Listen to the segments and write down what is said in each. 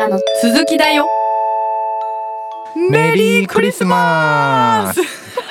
らの続きだよ。 メリークリスマス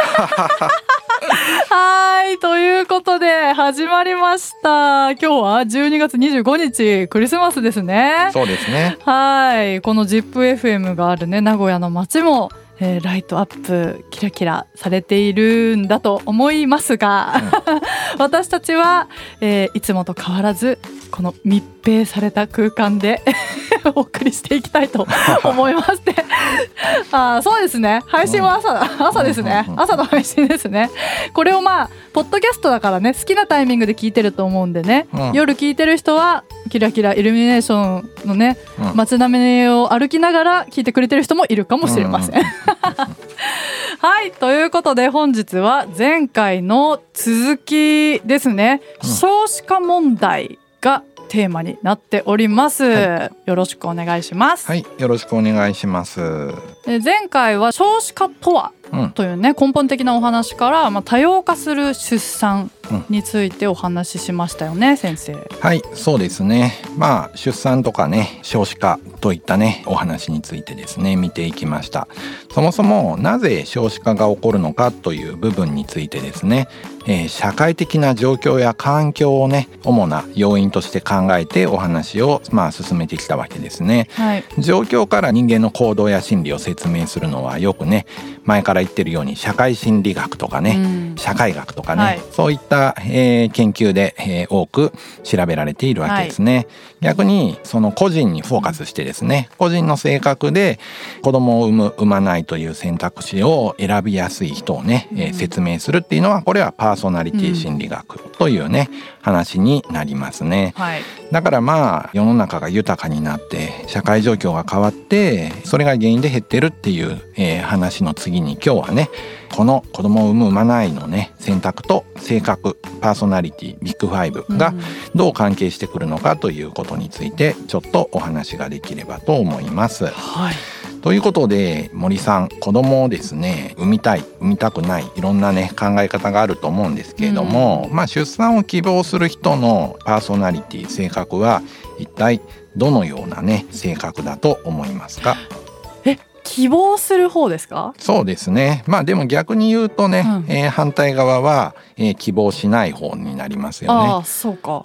はい、ということで始まりました。今日は12月25日クリスマスですね。 そうですね。 はい、この ZIPFM があるね名古屋の街もライトアップキラキラされているんだと思いますが、私たちはいつもと変わらずこの密閉された空間でお送りしていきたいと思いましてそうですね、配信は朝ですね、朝の配信ですね。これをポッドキャストだからね、好きなタイミングで聞いてると思うんでね、夜聞いてる人はキラキライルミネーションのね、街並みを歩きながら聞いてくれてる人もいるかもしれません。はい、ということで本日は前回の続きですね、少子化問題がテーマになっております、よろしくお願いします。 はい、よろしくお願いします。 前回は少子化とはというね、根本的なお話から、多様化する出産についてお話ししましたよね、先生。 はい、そうですね。出産とかね、少子化といったねお話についてですね見ていきました。そもそもなぜ少子化が起こるのかという部分についてですね、社会的な状況や環境をね主な要因として考えてお話を進めてきたわけですね、状況から人間の行動や心理を説明するのはよくね、前から言ってるように社会心理学とかね、社会学とかね、そういった、研究で、多く調べられているわけですね、逆にその個人にフォーカスしてですね、個人の性格で子供を産まないという選択肢を選びやすい人をね、説明するっていうのは、これはパーソナリティ心理学というね、話になりますね、だから世の中が豊かになって社会状況が変わってそれが原因で減ってるっていう、話の次に今日はね、この子供を産まないのね選択と性格、パーソナリティ、ビッグファイブがどう関係してくるのかということについてちょっとお話ができればと思います。ということで森さん、子供をですね産みたい産みたくない、いろんなね考え方があると思うんですけれども、出産を希望する人のパーソナリティ、性格は一体どのようなね性格だと思いますか？ 希望する方ですか？ そうですね。でも逆に言うとね、反対側は、希望しない方になりますよね。 そうか。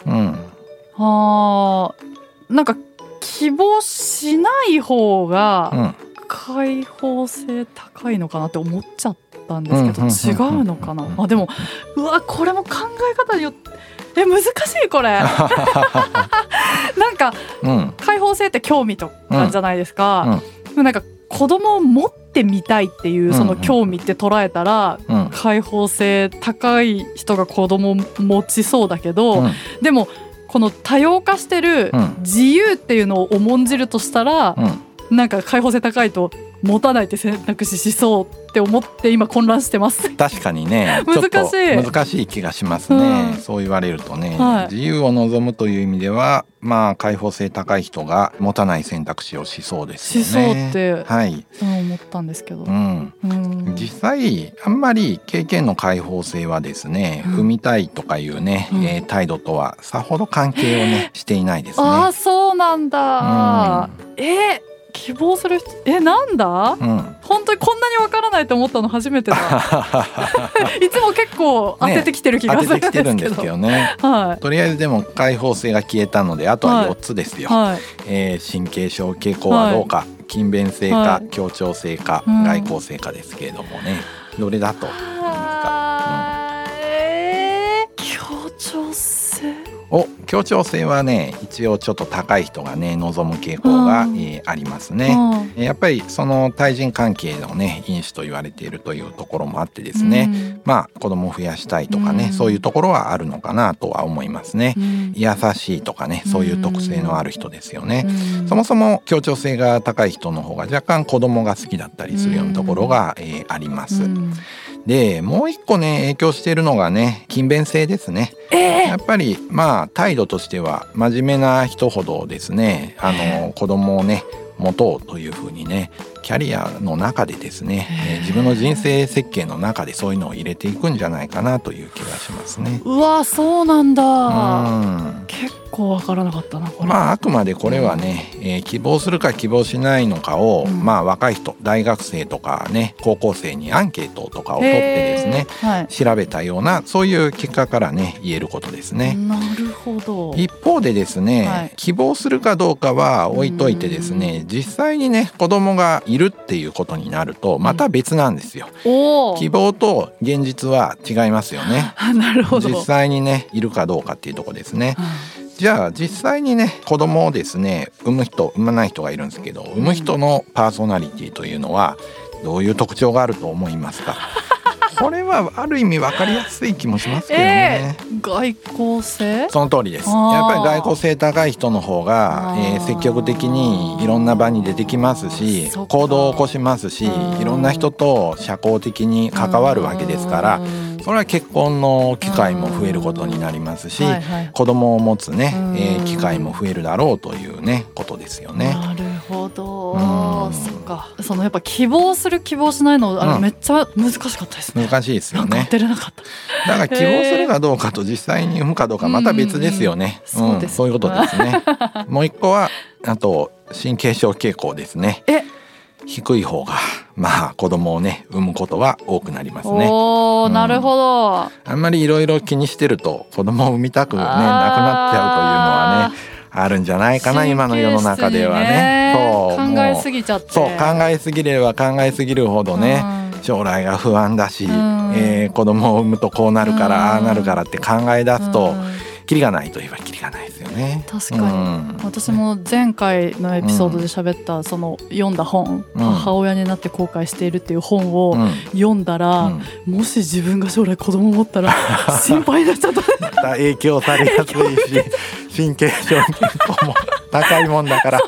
なんか希望しない方が開放性高いのかなって思っちゃったんですけど、違うのかな。でもこれも考え方によって難しいこれ。なんか、開放性って興味とかじゃないですか。なんか子供を持ってみたいっていうその興味って捉えたら、開放性高い人が子供を持ちそうだけど、でもこの多様化してる自由っていうのを重んじるとしたら、なんか開放性高いと持たないって選択肢しそうって思って今混乱してます。 確かにね、ちょっと難しい気がしますね、そう言われるとね、自由を望むという意味では開放性高い人が持たない選択肢をしそうですよね。 しそうって、思ったんですけど、 実際あんまり経験の開放性はですね、産みたいとかいうね、態度とはさほど関係をねしていないですね。 そうなんだ。希望する人なんだ、本当にこんなにわからないと思ったの初めてだ。いつも結構当ててきてる気がするんですけど、当ててきてるんですけどね、とりあえずでも開放性が消えたのであとは4つですよ、神経症傾向はどうか、勤勉性か、協調性か、外交性かですけれどもね、どれだと思いますか？ 協調性、 協調性はね一応ちょっと高い人がね望む傾向が、ありますね、やっぱりその対人関係のね因子と言われているというところもあってですね、子供を増やしたいとかね、そういうところはあるのかなとは思いますね、優しいとかね、そういう特性のある人ですよね、そもそも協調性が高い人の方が若干子供が好きだったりするようなところが、あります、でもう一個ね影響しているのがね勤勉性ですね、やっぱり態度としては真面目な人ほどですね子供をね持とうというふうにね、キャリアの中でですね、自分の人生設計の中でそういうのを入れていくんじゃないかなという気がしますね。 うわ、そうなんだ。結構わからなかったなこれ。 あくまでこれはね、希望するか希望しないのかを、若い人、大学生とかね、高校生にアンケートとかを取ってですね、調べたようなそういう結果からね言えることですね。 なるほど。 一方でですね、希望するかどうかは置いといてですね、実際にね子供がいるっていうことになるとまた別なんですよ。希望と現実は違いますよね。 なるほど。 実際にねいるかどうかっていうところですね。じゃあ実際にね子供をですね産む人産まない人がいるんですけど、産む人のパーソナリティというのはどういう特徴があると思いますか？これはある意味分かりやすい気もしますけどね。 外交性？ その通りです。やっぱり外交性高い人の方が、積極的にいろんな場に出てきますし、行動を起こしますし、いろんな人と社交的に関わるわけですから、それは結婚の機会も増えることになりますし、子供を持つね、機会も増えるだろうというねことですよね。 なるほど。そうか。そのやっぱ希望する希望しないのあれめっちゃ難しかったですね。 難しいですよね。 当てれなかった。 だから希望するかどうかと実際に産むかどうかまた別ですよね。そういうことですね。もう一個はあと神経症傾向ですね。低い方が子供をね産むことは多くなりますね。 なるほど。 あんまりいろいろ気にしてると子供を産みたくねなくなっちゃうというのはねあるんじゃないかな、今の世の中ではね。 考えすぎちゃって。 考えすぎれば考えすぎるほどね、将来が不安だし、子供を産むとこうなるからああなるからって考え出すとキリがないといえばキリがないですよね。 確かに、私も前回のエピソードで喋ったその読んだ本、母親になって後悔しているっていう本を読んだら、もし自分が将来子供を持ったら心配になっちゃった。 また影響されやすいし神経症傾向も高いもんだから。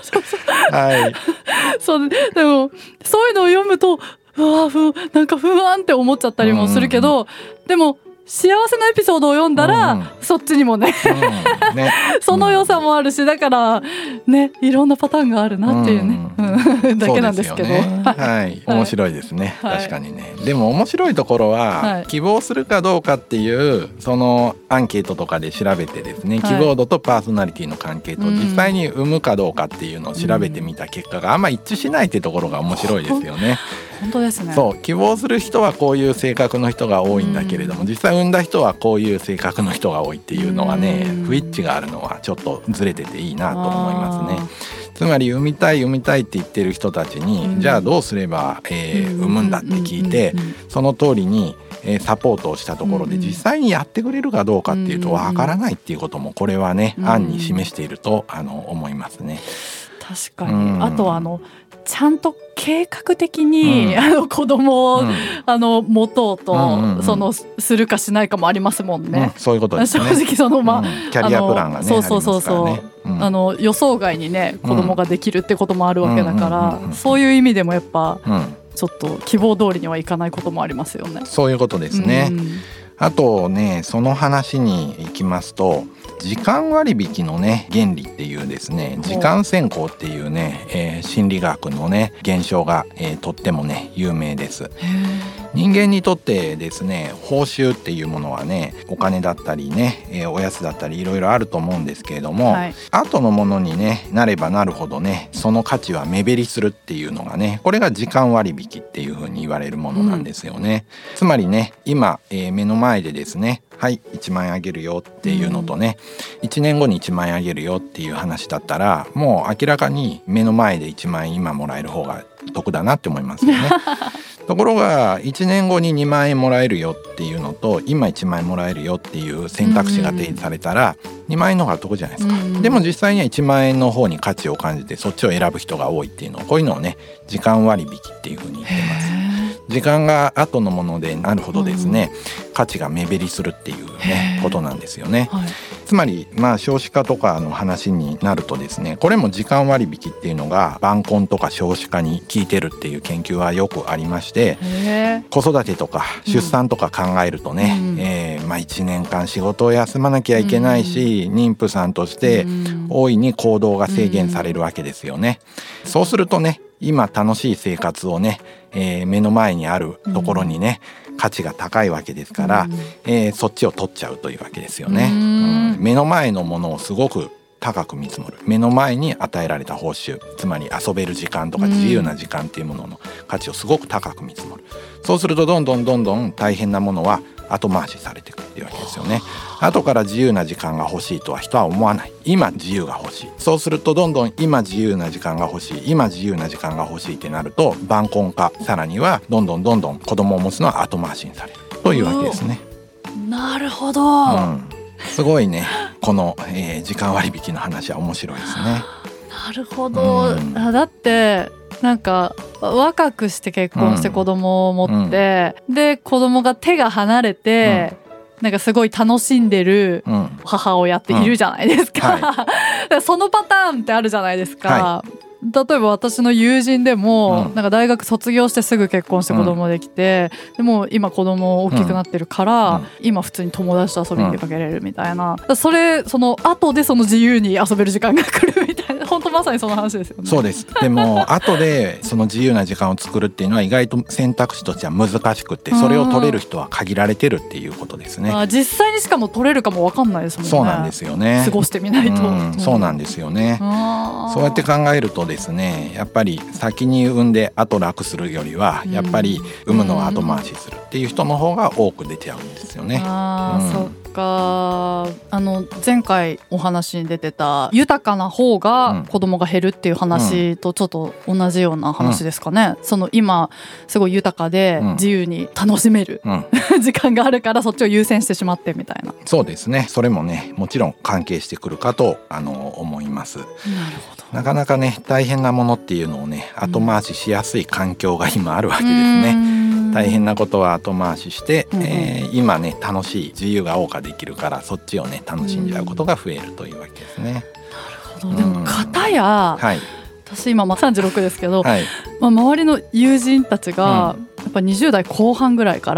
そうでもそういうのを読むとなんか不安って思っちゃったりもするけど、でも幸せなエピソードを読んだら、そっちにもね、その良さもあるし、だからねいろんなパターンがあるなっていうね、だけなんですけど、 面白いですね。確かにね。でも面白いところは、希望するかどうかっていうそのアンケートとかで調べてですね、希望度とパーソナリティの関係と実際に産むかどうかっていうのを調べてみた結果があんま一致しないっていうところが面白いですよね。 本当ですね。 希望する人はこういう性格の人が多いんだけれども、実際産んだ人はこういう性格の人が多いっていうのはね、不一致があるのはちょっとずれてていいなと思いますね。つまり産みたいって言ってる人たちに、じゃあどうすれば、産むんだって聞いて、その通りにサポートをしたところで実際にやってくれるかどうかっていうとわからないっていうこともこれはね、案に示していると思いますね。 確かに。あとちゃんと計画的に、子供を、持とうと、するかしないかもありますもんね。 そういうことですね。 正直キャリアプランがねありますからね。 予想外にね子供ができるってこともあるわけだから、そういう意味でもやっぱ、ちょっと希望通りにはいかないこともありますよね。 そういうことですね。あとね、その話に行きますと、時間割引のね原理っていうですね、時間先行っていうね、心理学のね現象が、とってもね有名です。人間にとってですね、報酬っていうものはねお金だったりね、おやつだったりいろいろあると思うんですけれども、後のものにねなればなるほどねその価値は目減りするっていうのがね、これが時間割引っていうふうに言われるものなんですよね。つまりね今、目の前でですね、はい1万円あげるよっていうのとね、1年後に1万円あげるよっていう話だったら、もう明らかに目の前で1万円今もらえる方が得だなって思いますよね。ところが1年後に2万円もらえるよっていうのと今1万円もらえるよっていう選択肢が提示されたら2万円の方が得じゃないですか。でも実際には1万円の方に価値を感じてそっちを選ぶ人が多いっていうのを、こういうのをね時間割引っていうふうに言ってます。時間が後のものでなるほどですね、価値が目減りするっていうねことなんですよね。 つまり少子化とかの話になるとですね、これも時間割引っていうのが晩婚とか少子化に効いてるっていう研究はよくありまして、子育てとか出産とか考えるとね、1年間仕事を休まなきゃいけないし、妊婦さんとして大いに行動が制限されるわけですよね。そうするとね、今楽しい生活をね、目の前にあるところにね、価値が高いわけですから、そっちを取っちゃうというわけですよね。目の前のものをすごく高く見積もる。目の前に与えられた報酬、つまり遊べる時間とか自由な時間っていうものの価値をすごく高く見積もる。そうするとどんどん大変なものは後回しされていくっていうわけですよね。後から自由な時間が欲しいとは人は思わない。今自由が欲しい。そうするとどんどん今自由な時間が欲しい、今自由な時間が欲しいってなると晩婚化、さらにはどんどん子供を持つのは後回しにされるというわけですね。 なるほど、 すごいね、この、時間割引の話は面白いですね。 なるほど、だってなんか若くして結婚して子供を持って、で子供が手が離れて、なんかすごい楽しんでる母親っているじゃないですか、そのパターンってあるじゃないですか、例えば私の友人でも、なんか大学卒業してすぐ結婚して子供できて、でも今子供大きくなってるから、今普通に友達と遊びに出かけれるみたいな、その後でその自由に遊べる時間が来るみたいな、本当まさにその話ですよね。 そうです。でも後でその自由な時間を作るっていうのは意外と選択肢としては難しくて、それを取れる人は限られてるっていうことですね。 実際にしかも取れるかも分かんないですもんね。 そうなんですよね。 過ごしてみないと、 そうなんですよね。そうやって考えるとですね、やっぱり先に産んで後楽するよりは、やっぱり産むのを後回しするっていう人の方が多く出ちゃうんですよね。 そっか。前回お話に出てた豊かな方が子供が減るっていう話とちょっと同じような話ですかね。その今すごい豊かで自由に楽しめる、時間があるからそっちを優先してしまってみたいな。 そうですね。それもね、もちろん関係してくるかと思います。 なるほど。 なかなかね、大変なものっていうのをね、後回ししやすい環境が今あるわけですね。大変なことは後回しして、今ね楽しい自由が謳歌できるから、そっちをね楽しんじゃうことが増えるというわけですね。 なるほど。でも片や、私今36ですけど、周りの友人たちが、やっぱ20代後半ぐらいから、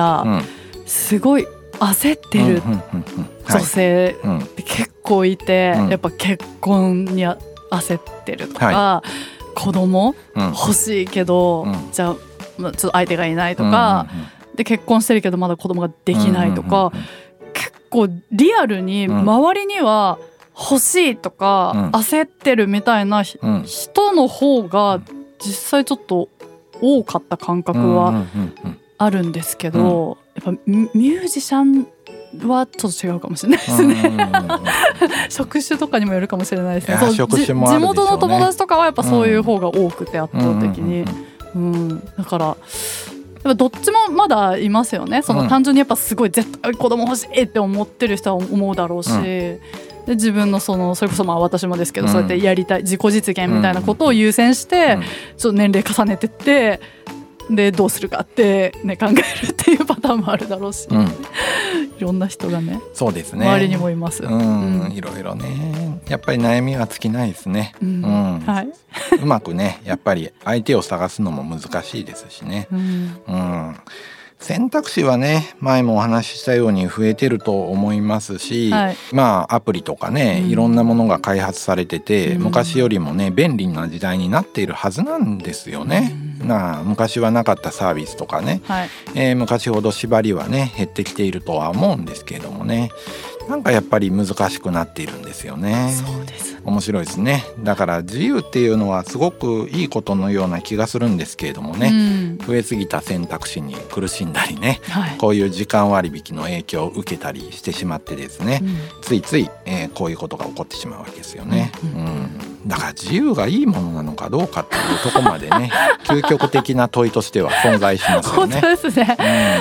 すごい焦ってる女性って結構いて、やっぱ結婚に焦ってるとか、子供欲しいけど、じゃあちょっと相手がいないとか、で結婚してるけどまだ子供ができないとか、結構リアルに周りには欲しいとか、焦ってるみたいな人の方が実際ちょっと多かった感覚はあるんですけど、やっぱミュージシャンはちょっと違うかもしれないですね。職種とかにもよるかもしれないですね。地元の友達とかはやっぱそういう方が多くて、圧倒的に。だからやっぱどっちもまだいますよね。その単純にやっぱすごい絶対子供欲しいって思ってる人は思うだろうし、で自分のそれこそ私もですけど、そうやってやりたい自己実現みたいなことを優先して、ちょっと年齢重ねてってでどうするかって、ね、考えるっていうパターンもあるだろうし、いろんな人がね、 そうですね、 周りにもいます。 いろいろね、やっぱり悩みは尽きないですね。うまくね、やっぱり相手を探すのも難しいですしね。選択肢はね、前もお話ししたように増えてると思いますし、アプリとかね、いろんなものが開発されてて、昔よりもね便利な時代になっているはずなんですよね。昔はなかったサービスとかね、昔ほど縛りはね減ってきているとは思うんですけれどもね、なんかやっぱり難しくなっているんですよね。 そうです。 面白いですね。だから自由っていうのはすごくいいことのような気がするんですけれどもね、増えすぎた選択肢に苦しんだりね、こういう時間割引の影響を受けたりしてしまってですね、ついつい、こういうことが起こってしまうわけですよね。だから自由がいいものなのかどうかっていうところまでね究極的な問いとしては存在しますよね。 本当ですね。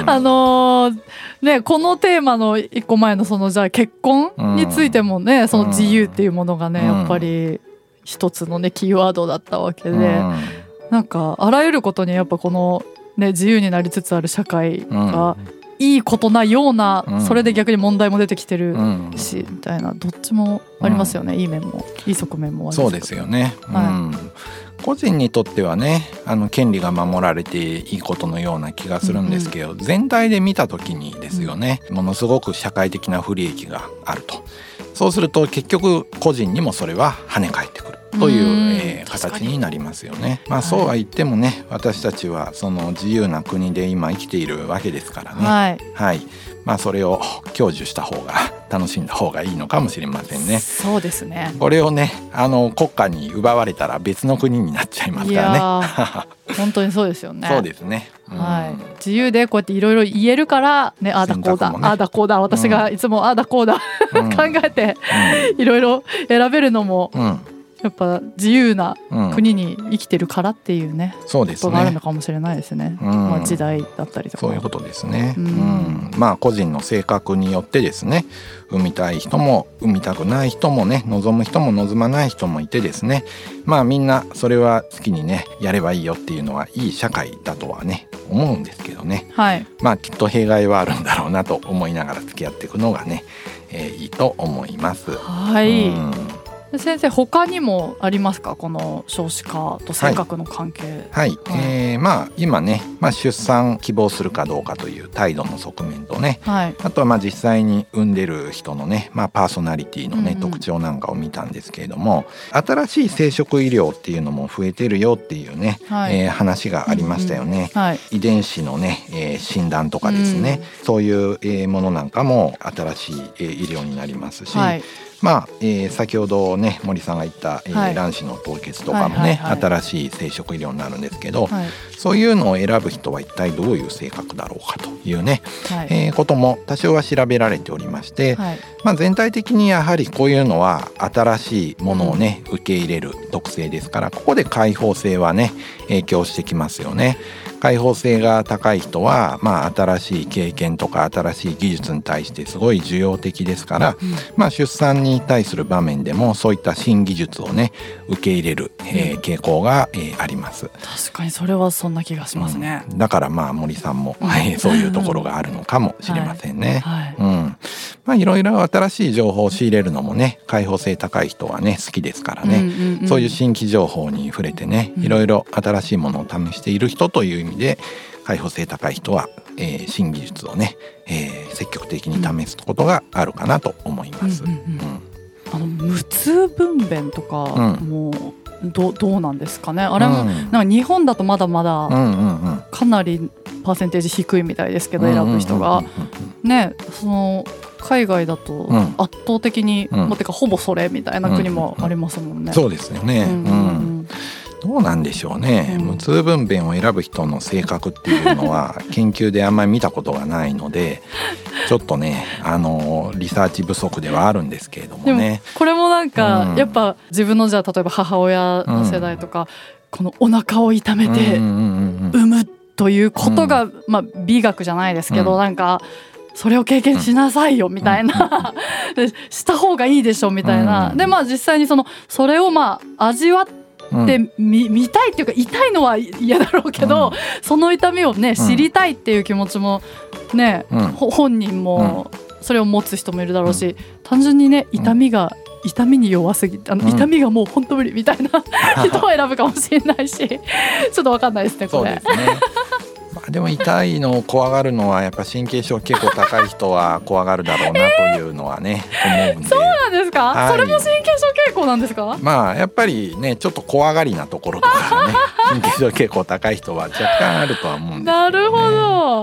このテーマの一個前のじゃあ結婚についてもね、その自由っていうものがね、やっぱり一つのねキーワードだったわけで、なんかあらゆることにやっぱこのね自由になりつつある社会がいいことなような、 うん、 それで逆に問題も出てきてるし、 うん、 みたいな、どっちもありますよね、いい面もいい側面もありますけど。 そうですよね、 はい、 個人にとってはね権利が守られていいことのような気がするんですけど、全体で見た時にですよね、ものすごく社会的な不利益があると。そうすると結局個人にもそれは跳ね返ってくるという、形になりますよね。そうは言ってもね、私たちはその自由な国で今生きているわけですからね。 はい、 はい、それを享受した方が楽しんだ方がいいのかもしれませんね。 そうですね。 これをね国家に奪われたら別の国になっちゃいますからね。 本当にそうですよね。 そうですね、 はい、自由でこうやっていろいろ言えるからね、ああだこうだ、ああだこうだ、私がいつもああだこうだ、考えていろいろ選べるのも、やっぱ自由な国に生きてるからっていうね、 そうですね、 ことがあるのかもしれないですね。時代だったりとか、 そういうことですね。個人の性格によってですね、産みたい人も産みたくない人もね、望む人も望まない人もいてですね、みんなそれは好きにねやればいいよっていうのはいい社会だとはね思うんですけどね、 はい、 きっと弊害はあるんだろうなと思いながら付き合っていくのがね、いいと思います。 はい、先生他にもありますか、この少子化と性格の関係。 はい、今ね、出産希望するかどうかという態度の側面とね、あとは実際に産んでる人のね、パーソナリティのね、特徴なんかを見たんですけれども、新しい生殖医療っていうのも増えてるよっていうね、話がありましたよね。遺伝子のね、診断とかですね、そういうものなんかも新しい医療になりますし、先ほどね森さんが言った、卵子の凍結とかもね、新しい生殖医療になるんですけど、そういうのを選ぶ人は一体どういう性格だろうかというね、ことも多少は調べられておりまして、全体的にやはりこういうのは新しいものをね、受け入れる特性ですから、ここで開放性はね影響してきますよね。開放性が高い人は、新しい経験とか新しい技術に対してすごい需要的ですから、出産に対する場面でもそういった新技術をね受け入れる、傾向が、あります。 確かにそれはそんな気がしますね。 だから森さんも、そういうところがあるのかもしれませんね。いろいろ新しい情報を仕入れるのもね、開放性高い人はね好きですからね、そういう新規情報に触れてね、いろいろ新しいものを試している人という意味で開放性高い人は、新技術をね、積極的に試すことがあるかなと思います。 無痛分娩とかもどうなんですかね。あれもなんか日本だとまだまだかなりパーセンテージ低いみたいですけど、選ぶ人がね、その海外だと圧倒的に、もうてかほぼそれみたいな国もありますもんね。 そうですよね。どうなんでしょうね、無痛分娩を選ぶ人の性格っていうのは研究であんまり見たことがないのでちょっとねリサーチ不足ではあるんですけれどもね。 でもこれもなんか、やっぱ自分のじゃあ例えば母親の世代とか、このお腹を痛めて産むということが、美学じゃないですけど、なんかそれを経験しなさいよみたいな、した方がいいでしょみたいな、で実際にそれを味わって見たいっていうか、痛いのは嫌だろうけど、その痛みをね知りたいっていう気持ちもね、本人もそれを持つ人もいるだろうし、単純にね痛みに弱すぎて痛みがもう本当無理みたいな人を選ぶかもしれないしちょっと分かんないですねこれ。 そうですね。でも痛いのを怖がるのはやっぱ神経症結構高い人は怖がるだろうなというのはね、思うんで。 そうなんですか、それも神経症傾向なんですか。 やっぱりねちょっと怖がりなところとかね神経症傾向高い人は若干あるとは思うんですけどね。 なるほど。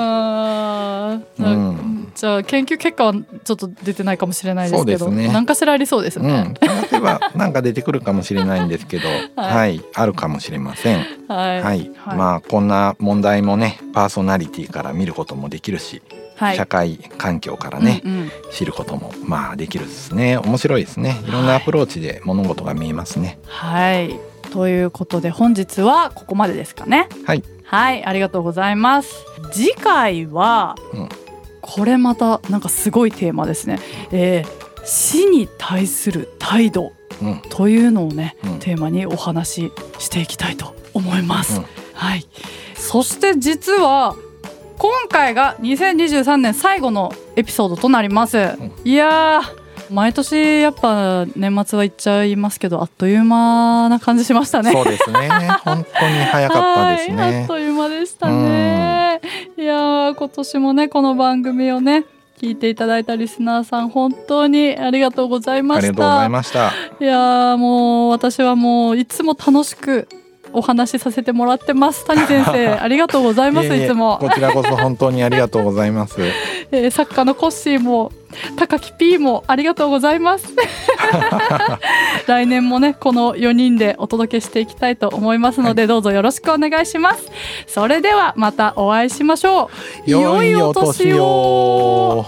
じゃあ研究結果はちょっと出てないかもしれないですけど、何かしらありそうですね。 探せばなんか出てくるかもしれないんですけど、あるかもしれません。こんな問題もねパーソナリティから見ることもできるし、社会環境からね、知ることもできるですね。面白いですね。いろんなアプローチで物事が見えますね。 ということで本日はここまでですかね。ありがとうございます。次回は、これまたなんかすごいテーマですね。死に対する態度というのをね、テーマにお話ししていきたいと思います。そして実は今回が2023年最後のエピソードとなります。いやー、毎年やっぱ年末は行っちゃいますけど、あっという間な感じしましたね。 そうですね。本当に早かったですね。 はい、あっという間でしたね。いやー、今年もねこの番組をね聞いていただいたリスナーさん、本当にありがとうございました。 ありがとうございました。 いやー、もう私はもういつも楽しくお話しさせてもらってます。谷先生ありがとうございます。いつもこちらこそ本当にありがとうございます。 作家のコッシーも高木 P もありがとうございます来年もねこの4人でお届けしていきたいと思いますので、はい、どうぞよろしくお願いします。それではまたお会いしましょう。 良いお年を。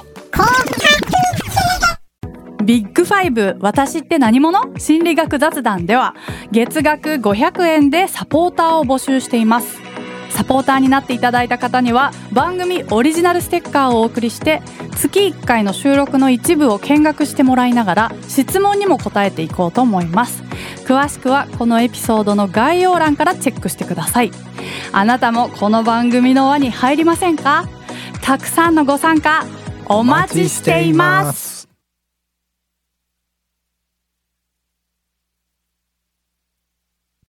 ビッグ5私って何者？心理学雑談では月額500円でサポーターを募集しています。サポーターになっていただいた方には番組オリジナルステッカーをお送りして、月1回の収録の一部を見学してもらいながら質問にも答えていこうと思います。詳しくはこのエピソードの概要欄からチェックしてください。あなたもこの番組の輪に入りませんか？たくさんのご参加お待ちしています。